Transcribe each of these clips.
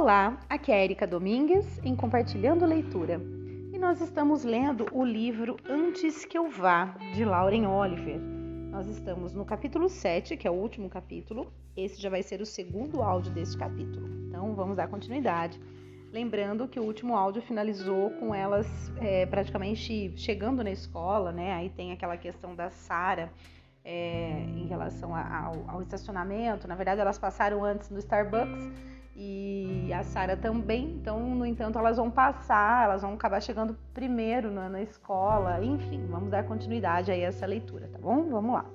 Olá, aqui é a Erika Domingues em Compartilhando Leitura e nós estamos lendo o livro Antes que eu vá, de Lauren Oliver. Nós estamos no capítulo 7, que é o último capítulo. Esse já vai ser o segundo áudio deste capítulo, então vamos dar continuidade. Lembrando que o último áudio finalizou com elas praticamente chegando na escola, né? Aí tem aquela questão da Sarah em relação ao estacionamento. Na verdade, elas passaram antes no Starbucks e a Sarah também. Então, no entanto, elas vão acabar chegando primeiro na escola. Enfim, vamos dar continuidade a essa leitura, tá bom? Vamos lá.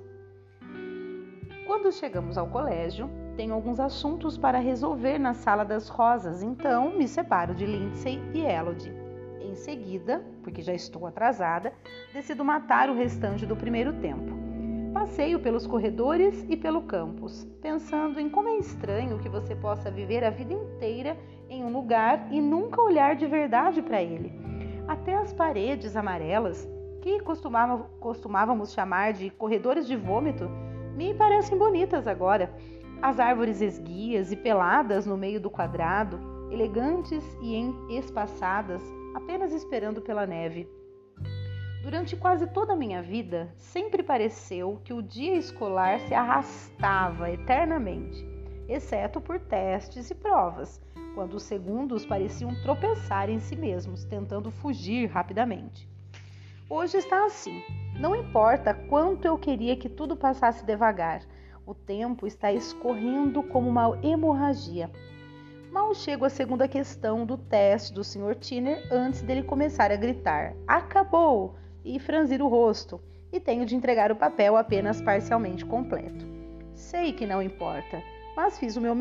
Quando chegamos ao colégio, tenho alguns assuntos para resolver na sala das rosas, então me separo de Lindsay e Elodie. Em seguida, porque já estou atrasada, decido matar o restante do primeiro tempo. Passeio pelos corredores e pelo campus, pensando em como é estranho que você possa viver a vida inteira em um lugar e nunca olhar de verdade para ele. Até as paredes amarelas, que costumávamos chamar de corredores de vômito, me parecem bonitas agora. As árvores esguias e peladas no meio do quadrado, elegantes e espaçadas, apenas esperando pela neve. Durante quase toda a minha vida, sempre pareceu que o dia escolar se arrastava eternamente, exceto por testes e provas, quando os segundos pareciam tropeçar em si mesmos, tentando fugir rapidamente. Hoje está assim. Não importa quanto eu queria que tudo passasse devagar, o tempo está escorrendo como uma hemorragia. Mal chego à segunda questão do teste do Sr. Tinner antes dele começar a gritar "Acabou!" e franzir o rosto, e tenho de entregar o papel apenas parcialmente completo. Sei que não importa, mas fiz o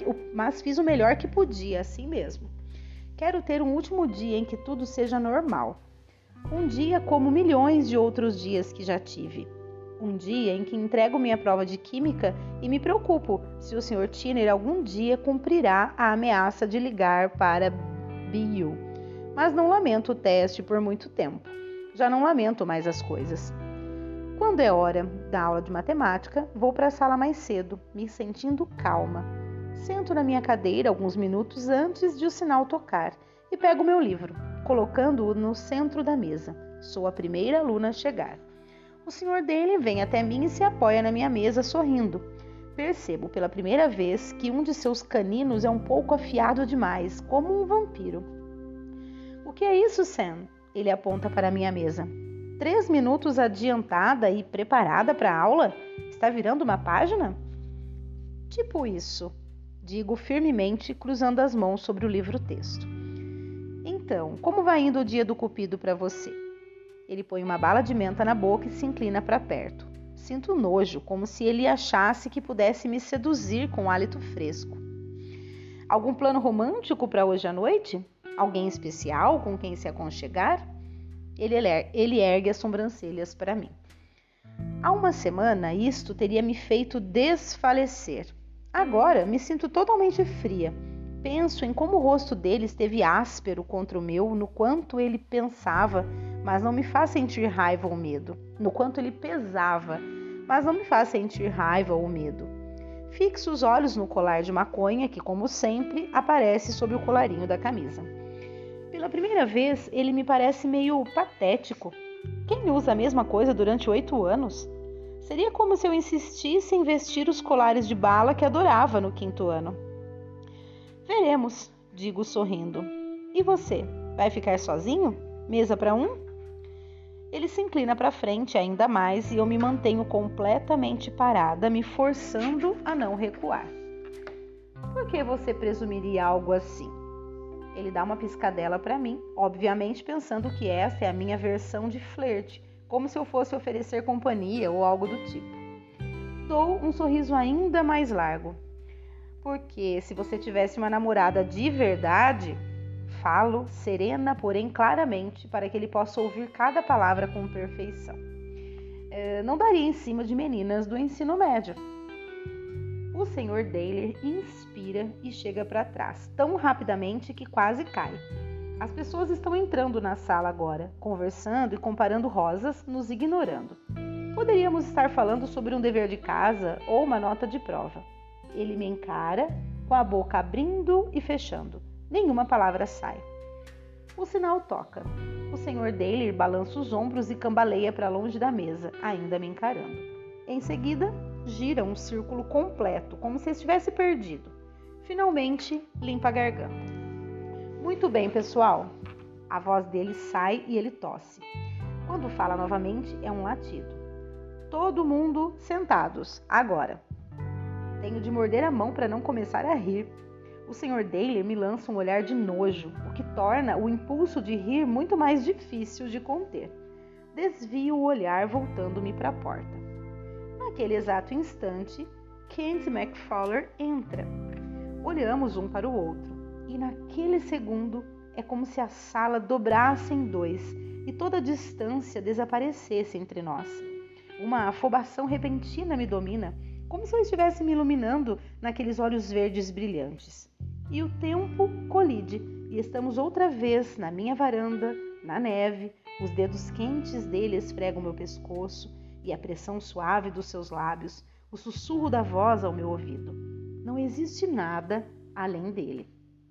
melhor que podia, assim mesmo. Quero ter um último dia em que tudo seja normal. Um dia como milhões de outros dias que já tive. Um dia em que entrego minha prova de química e me preocupo se o Sr. Tinner algum dia cumprirá a ameaça de ligar para Bio. Mas não lamento o teste por muito tempo. Já não lamento mais as coisas. Quando é hora da aula de matemática, vou para a sala mais cedo, me sentindo calma. Sento na minha cadeira alguns minutos antes de o sinal tocar e pego meu livro, colocando-o no centro da mesa. Sou a primeira aluna a chegar. O Sr. Daly vem até mim e se apoia na minha mesa sorrindo. Percebo pela primeira vez que um de seus caninos é um pouco afiado demais, como um vampiro. O que é isso, Sam? Ele aponta para a minha mesa. 3 minutos adiantada e preparada para a aula? Está virando uma página? Tipo isso, digo firmemente, cruzando as mãos sobre o livro-texto. Então, como vai indo o dia do cupido para você? Ele põe uma bala de menta na boca e se inclina para perto. Sinto nojo, como se ele achasse que pudesse me seduzir com um hálito fresco. Algum plano romântico para hoje à noite? Alguém especial com quem se aconchegar? Ele ergue as sobrancelhas para mim. Há uma semana isto teria me feito desfalecer. Agora me sinto totalmente fria. Penso em como o rosto dele esteve áspero contra o meu, no quanto ele pensava, mas não me faz sentir raiva ou medo. No quanto ele pesava, mas não me faz sentir raiva ou medo. Fixo os olhos no colar de maconha que, como sempre, aparece sob o colarinho da camisa. Pela primeira vez, ele me parece meio patético. Quem usa a mesma coisa durante 8 anos? Seria como se eu insistisse em vestir os colares de bala que adorava no 5º ano. Veremos, digo sorrindo. E você, vai ficar sozinho? Mesa para um? Ele se inclina para frente ainda mais e eu me mantenho completamente parada, me forçando a não recuar. Por que você presumiria algo assim? Ele dá uma piscadela para mim, obviamente pensando que essa é a minha versão de flerte, como se eu fosse oferecer companhia ou algo do tipo. Dou um sorriso ainda mais largo. Porque se você tivesse uma namorada de verdade, falo serena, porém claramente, para que ele possa ouvir cada palavra com perfeição. Não daria em cima de meninas do ensino médio. O Sr. Daly inspira e chega para trás, tão rapidamente que quase cai. As pessoas estão entrando na sala agora, conversando e comparando rosas, nos ignorando. Poderíamos estar falando sobre um dever de casa ou uma nota de prova. Ele me encara, com a boca abrindo e fechando. Nenhuma palavra sai. O sinal toca. O Sr. Daly balança os ombros e cambaleia para longe da mesa, ainda me encarando. Em seguida, gira um círculo completo, como se estivesse perdido. Finalmente, limpa a garganta. Muito bem, pessoal. A voz dele sai e ele tosse. Quando fala novamente, é um latido. Todo mundo sentados, agora. Tenho de morder a mão para não começar a rir. O Sr. Daly me lança um olhar de nojo, o que torna o impulso de rir muito mais difícil de conter. Desvio o olhar voltando-me para a porta. Naquele exato instante, Kent McFarlane entra. Olhamos um para o outro, e naquele segundo é como se a sala dobrasse em dois e toda a distância desaparecesse entre nós. Uma afobação repentina me domina, como se eu estivesse me iluminando naqueles olhos verdes brilhantes. E o tempo colide, e estamos outra vez na minha varanda, na neve, os dedos quentes dele esfregam meu pescoço e a pressão suave dos seus lábios, o sussurro da voz ao meu ouvido. Não existe nada além dele.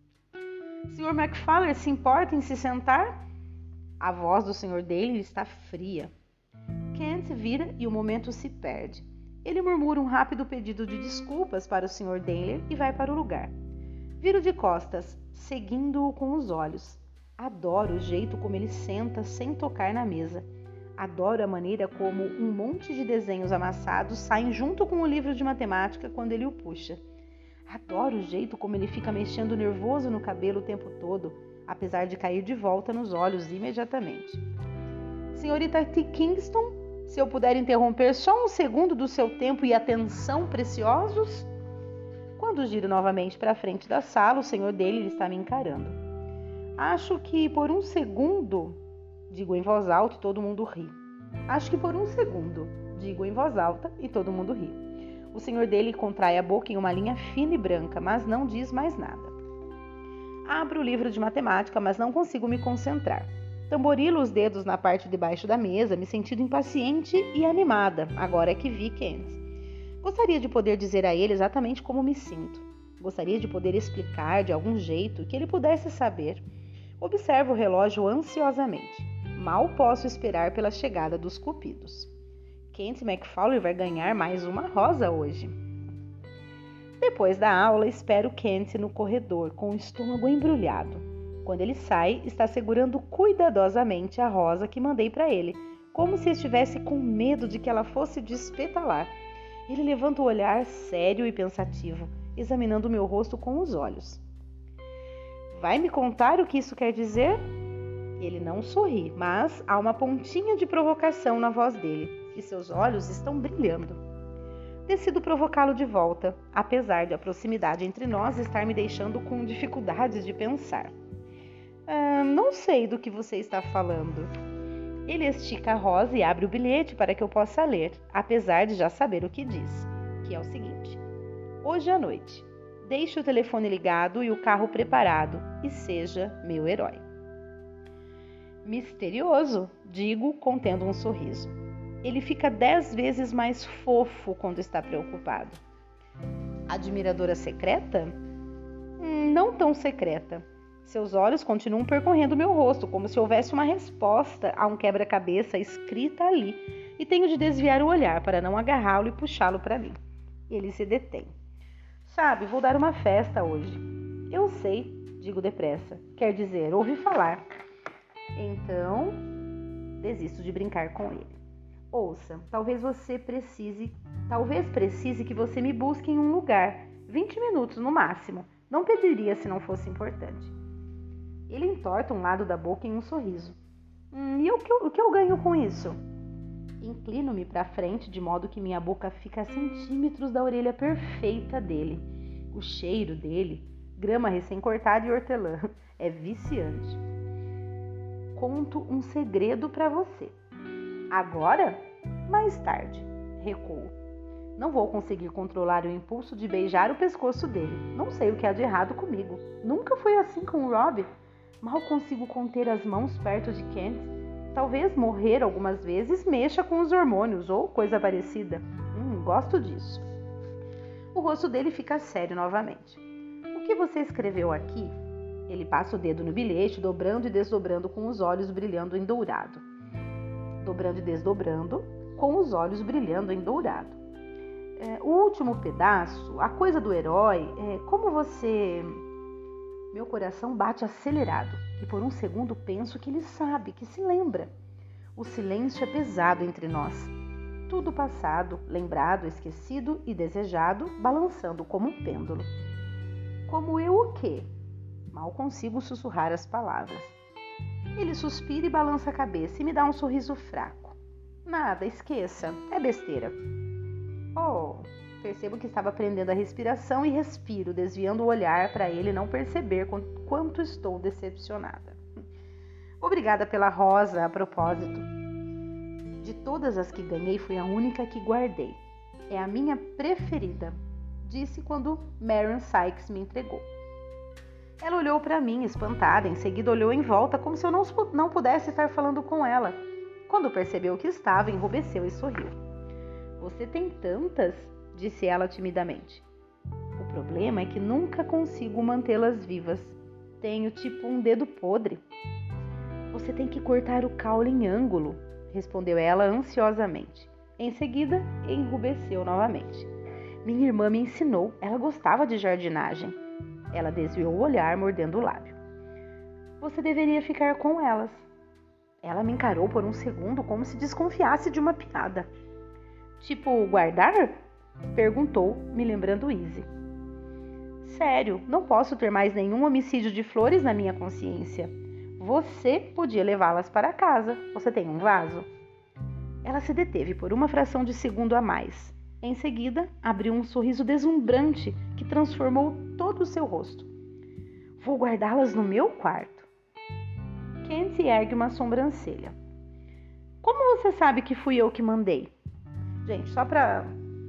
Sr. McFarlane se importa em se sentar? A voz do Sr. Daly está fria. Kent vira e o momento se perde. Ele murmura um rápido pedido de desculpas para o Sr. Daly e vai para o lugar. Viro de costas, seguindo-o com os olhos. Adoro o jeito como ele senta sem tocar na mesa. Adoro a maneira como um monte de desenhos amassados saem junto com o livro de matemática quando ele o puxa. Adoro o jeito como ele fica mexendo nervoso no cabelo o tempo todo, apesar de cair de volta nos olhos imediatamente. Senhorita T. Kingston, se eu puder interromper só um segundo do seu tempo e atenção preciosos? Quando giro novamente para a frente da sala, o Sr. Daly está me encarando. Acho que por um segundo, digo em voz alta e todo mundo ri. Acho que por um segundo, digo em voz alta e todo mundo ri. O Sr. Daly contrai a boca em uma linha fina e branca, mas não diz mais nada. Abro o livro de matemática, mas não consigo me concentrar. Tamborilo os dedos na parte de baixo da mesa, me sentindo impaciente e animada, agora que vi Kent. Gostaria de poder dizer a ele exatamente como me sinto. Gostaria de poder explicar de algum jeito que ele pudesse saber. Observo o relógio ansiosamente. Mal posso esperar pela chegada dos cupidos. Kent McFarlane vai ganhar mais uma rosa hoje. Depois da aula, espero Kent no corredor, com o estômago embrulhado. Quando ele sai, está segurando cuidadosamente a rosa que mandei para ele, como se estivesse com medo de que ela fosse despetalar. Ele levanta o olhar sério e pensativo, examinando meu rosto com os olhos. Vai me contar o que isso quer dizer? Ele não sorri, mas há uma pontinha de provocação na voz dele, e seus olhos estão brilhando. Decido provocá-lo de volta, apesar de a proximidade entre nós estar me deixando com dificuldades de pensar. Não sei do que você está falando. Ele estica a rosa e abre o bilhete para que eu possa ler, apesar de já saber o que diz, que é o seguinte: hoje à noite, deixe o telefone ligado e o carro preparado e seja meu herói. Misterioso, digo, contendo um sorriso. Ele fica 10 vezes mais fofo quando está preocupado. Admiradora secreta? Não tão secreta. Seus olhos continuam percorrendo meu rosto, como se houvesse uma resposta a um quebra-cabeça escrita ali, e tenho de desviar o olhar para não agarrá-lo e puxá-lo para mim. Ele se detém. Sabe, vou dar uma festa hoje. Eu sei, digo depressa. Quer dizer, ouvi falar. Então, desisto de brincar com ele. Ouça, talvez precise que você me busque em um lugar. 20 minutos no máximo. Não pediria se não fosse importante. Ele entorta um lado da boca em um sorriso. E o que eu ganho com isso? Inclino-me para frente de modo que minha boca fica a centímetros da orelha perfeita dele. O cheiro dele, grama recém-cortada e hortelã, é viciante. Conto um segredo para você. Agora? Mais tarde. Recuo. Não vou conseguir controlar o impulso de beijar o pescoço dele. Não sei o que há de errado comigo. Nunca fui assim com o Rob. Mal consigo conter as mãos perto de Kent. Talvez morrer algumas vezes mexa com os hormônios ou coisa parecida. Gosto disso. O rosto dele fica sério novamente. O que você escreveu aqui Ele passa o dedo no bilhete, dobrando e desdobrando com os olhos brilhando em dourado. Dobrando e desdobrando com os olhos brilhando em dourado. O último pedaço, a coisa do herói, como você... Meu coração bate acelerado e por um segundo penso que ele sabe, que se lembra. O silêncio é pesado entre nós. Tudo passado, lembrado, esquecido e desejado, balançando como um pêndulo. Como eu o quê? Mal consigo sussurrar as palavras. Ele suspira e balança a cabeça e me dá um sorriso fraco. Nada, esqueça, é besteira. Percebo que estava prendendo a respiração e respiro, desviando o olhar para ele não perceber quanto estou decepcionada. Obrigada pela rosa, a propósito. De todas as que ganhei, foi a única que guardei. É a minha preferida, disse quando Marion Sykes me entregou. Ela olhou para mim, espantada, em seguida olhou em volta como se eu não pudesse estar falando com ela. Quando percebeu que estava, enrubesceu e sorriu. Você tem tantas? Disse ela timidamente. O problema é que nunca consigo mantê-las vivas. Tenho tipo um dedo podre. Você tem que cortar o caule em ângulo, respondeu ela ansiosamente. Em seguida, enrubesceu novamente. Minha irmã me ensinou, ela gostava de jardinagem. Ela desviou o olhar, mordendo o lábio. Você deveria ficar com elas. Ela me encarou por um segundo como se desconfiasse de uma piada. Tipo, guardar? Perguntou, me lembrando Izzy. Sério, não posso ter mais nenhum homicídio de flores na minha consciência. Você podia levá-las para casa. Você tem um vaso? Ela se deteve por uma fração de segundo a mais. Em seguida, abriu um sorriso deslumbrante que transformou todo o seu rosto. Vou guardá-las no meu quarto. Kent ergue uma sobrancelha. Como você sabe que fui eu que mandei? Gente, só para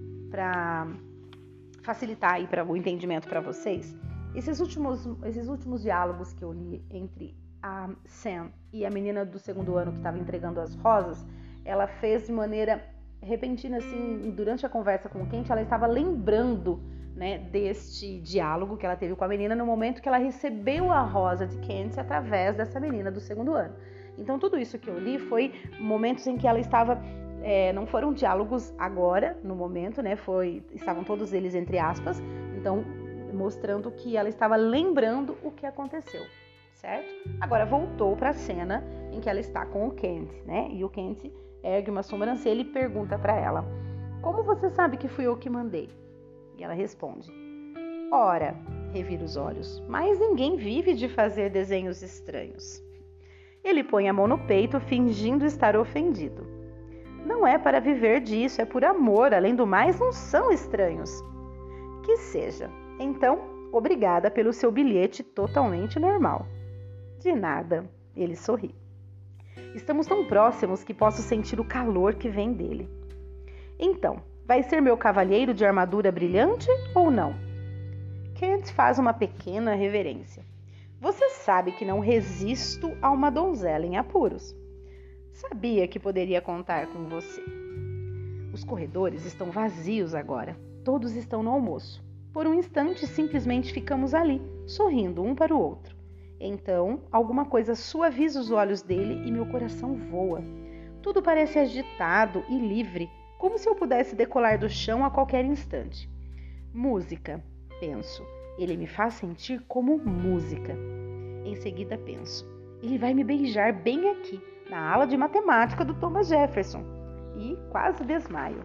facilitar aí o entendimento para vocês, esses últimos diálogos que eu li entre a Sam e a menina do segundo ano que estava entregando as rosas, ela fez de maneira repentina, assim, durante a conversa com o Kent, ela estava lembrando, né, deste diálogo que ela teve com a menina no momento que ela recebeu a rosa de Kent através dessa menina do segundo ano. Então, tudo isso que eu li foi momentos em que ela estava... não foram diálogos agora, no momento, né? Estavam todos eles entre aspas, então mostrando que ela estava lembrando o que aconteceu, certo? Agora voltou para a cena em que ela está com o Kent, né? E o Kent ergue uma sobrancelha e pergunta para ela: como você sabe que fui eu que mandei? E ela responde: ora, revira os olhos, mas ninguém vive de fazer desenhos estranhos. Ele põe a mão no peito, fingindo estar ofendido. Não é para viver disso, é por amor. Além do mais, não são estranhos. Que seja. Então, obrigada pelo seu bilhete totalmente normal. De nada. Ele sorri. Estamos tão próximos que posso sentir o calor que vem dele. Então, vai ser meu cavalheiro de armadura brilhante ou não? Kent faz uma pequena reverência. Você sabe que não resisto a uma donzela em apuros. Sabia que poderia contar com você. Os corredores estão vazios agora. Todos estão no almoço. Por um instante, simplesmente ficamos ali, sorrindo um para o outro. Então, alguma coisa suaviza os olhos dele e meu coração voa. Tudo parece agitado e livre, como se eu pudesse decolar do chão a qualquer instante. Música, penso. Ele me faz sentir como música. Em seguida, penso. Ele vai me beijar bem aqui, na aula de matemática do Thomas Jefferson. E quase desmaio.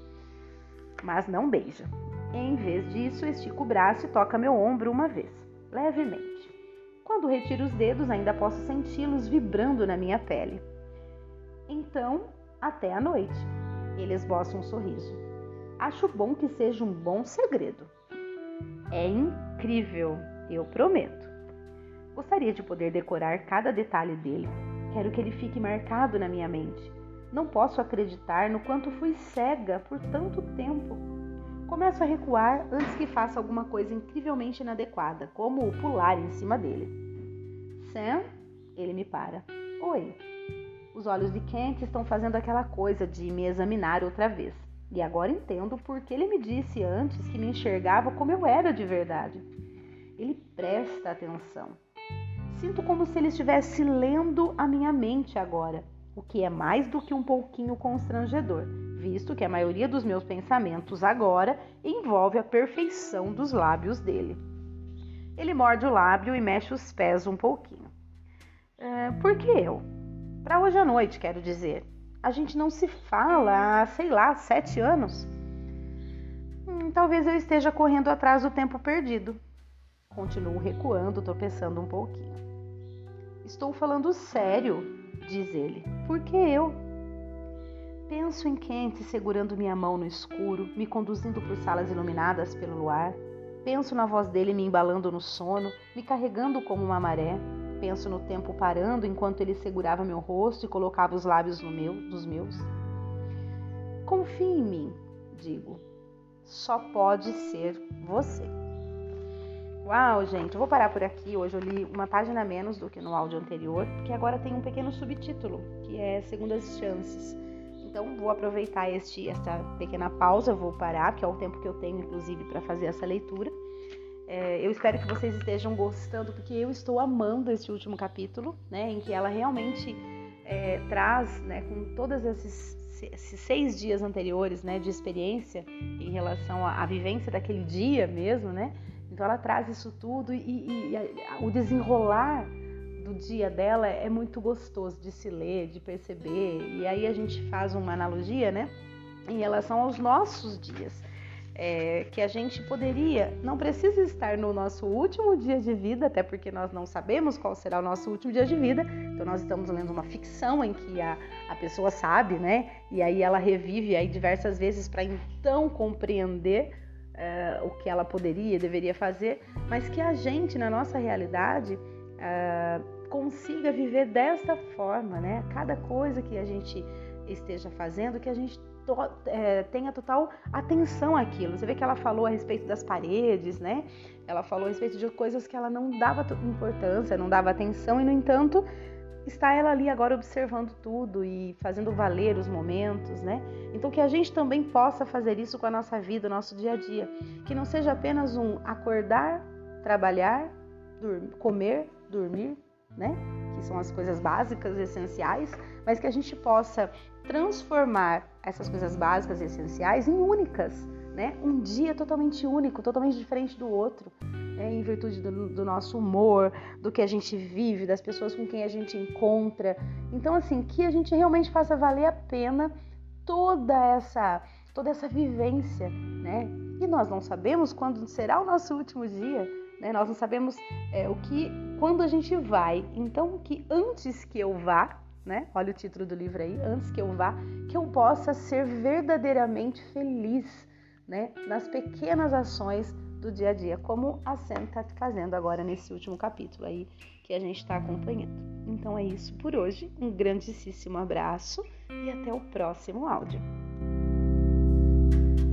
Mas não beija. Em vez disso, estico o braço e toca meu ombro uma vez, levemente. Quando retiro os dedos, ainda posso senti-los vibrando na minha pele. Então, até a noite. Ele esboça um sorriso. Acho bom que seja um bom segredo. É incrível, eu prometo. Gostaria de poder decorar cada detalhe dele. Quero que ele fique marcado na minha mente. Não posso acreditar no quanto fui cega por tanto tempo. Começo a recuar antes que faça alguma coisa incrivelmente inadequada, como pular em cima dele. Sam? Ele me para. Oi. Os olhos de Kent estão fazendo aquela coisa de me examinar outra vez. E agora entendo por que ele me disse antes que me enxergava como eu era de verdade. Ele presta atenção. Sinto como se ele estivesse lendo a minha mente agora, o que é mais do que um pouquinho constrangedor, visto que a maioria dos meus pensamentos agora envolve a perfeição dos lábios dele. Ele morde o lábio e mexe os pés um pouquinho. Por que eu? Para hoje à noite, quero dizer. A gente não se fala há, 7 anos. Talvez eu esteja correndo atrás do tempo perdido. Continuo recuando, tropeçando um pouquinho. Estou falando sério, diz ele. Por que eu? Penso em Kent segurando minha mão no escuro, me conduzindo por salas iluminadas pelo luar. Penso na voz dele me embalando no sono, me carregando como uma maré. Penso no tempo parando enquanto ele segurava meu rosto e colocava os lábios nos meus. Confie em mim, digo. Só pode ser você. Uau, gente, eu vou parar por aqui. Hoje eu li uma página a menos do que no áudio anterior, porque agora tem um pequeno subtítulo, que é Segundas Chances. Então, vou aproveitar esta pequena pausa, eu vou parar, que é o tempo que eu tenho, inclusive, para fazer essa leitura. Eu espero que vocês estejam gostando, porque eu estou amando este último capítulo, né, em que ela realmente traz, né, com todos esses 6 dias anteriores, né, de experiência em relação à vivência daquele dia mesmo, né? Então ela traz isso tudo e o desenrolar do dia dela é muito gostoso de se ler, de perceber. E aí a gente faz uma analogia, né, em relação aos nossos dias. Que a gente poderia, não precisa estar no nosso último dia de vida, até porque nós não sabemos qual será o nosso último dia de vida, então nós estamos lendo uma ficção em que a pessoa sabe, né, e aí ela revive aí diversas vezes para então compreender o que ela poderia e deveria fazer, mas que a gente, na nossa realidade, consiga viver dessa forma, né, cada coisa que a gente esteja fazendo, que a gente tenha total atenção àquilo. Você vê que ela falou a respeito das paredes, né? Ela falou a respeito de coisas que ela não dava importância, não dava atenção, e no entanto está ela ali agora observando tudo e fazendo valer os momentos, né? Então que a gente também possa fazer isso com a nossa vida, o nosso dia a dia, que não seja apenas um acordar, trabalhar, comer, dormir, né? Que são as coisas básicas e essenciais, mas que a gente possa transformar essas coisas básicas e essenciais em únicas, né? Um dia totalmente único, totalmente diferente do outro, né? Em virtude do nosso humor, do que a gente vive, das pessoas com quem a gente encontra. Então, assim, que a gente realmente faça valer a pena toda essa vivência, né? E nós não sabemos quando será o nosso último dia, né? Nós não sabemos quando a gente vai. Então, que antes que eu vá, né? Olha o título do livro aí, antes que eu vá, que eu possa ser verdadeiramente feliz, né? Nas pequenas ações do dia a dia, como a Sam está fazendo agora nesse último capítulo aí que a gente está acompanhando. Então é isso por hoje, um grandíssimo abraço e até o próximo áudio.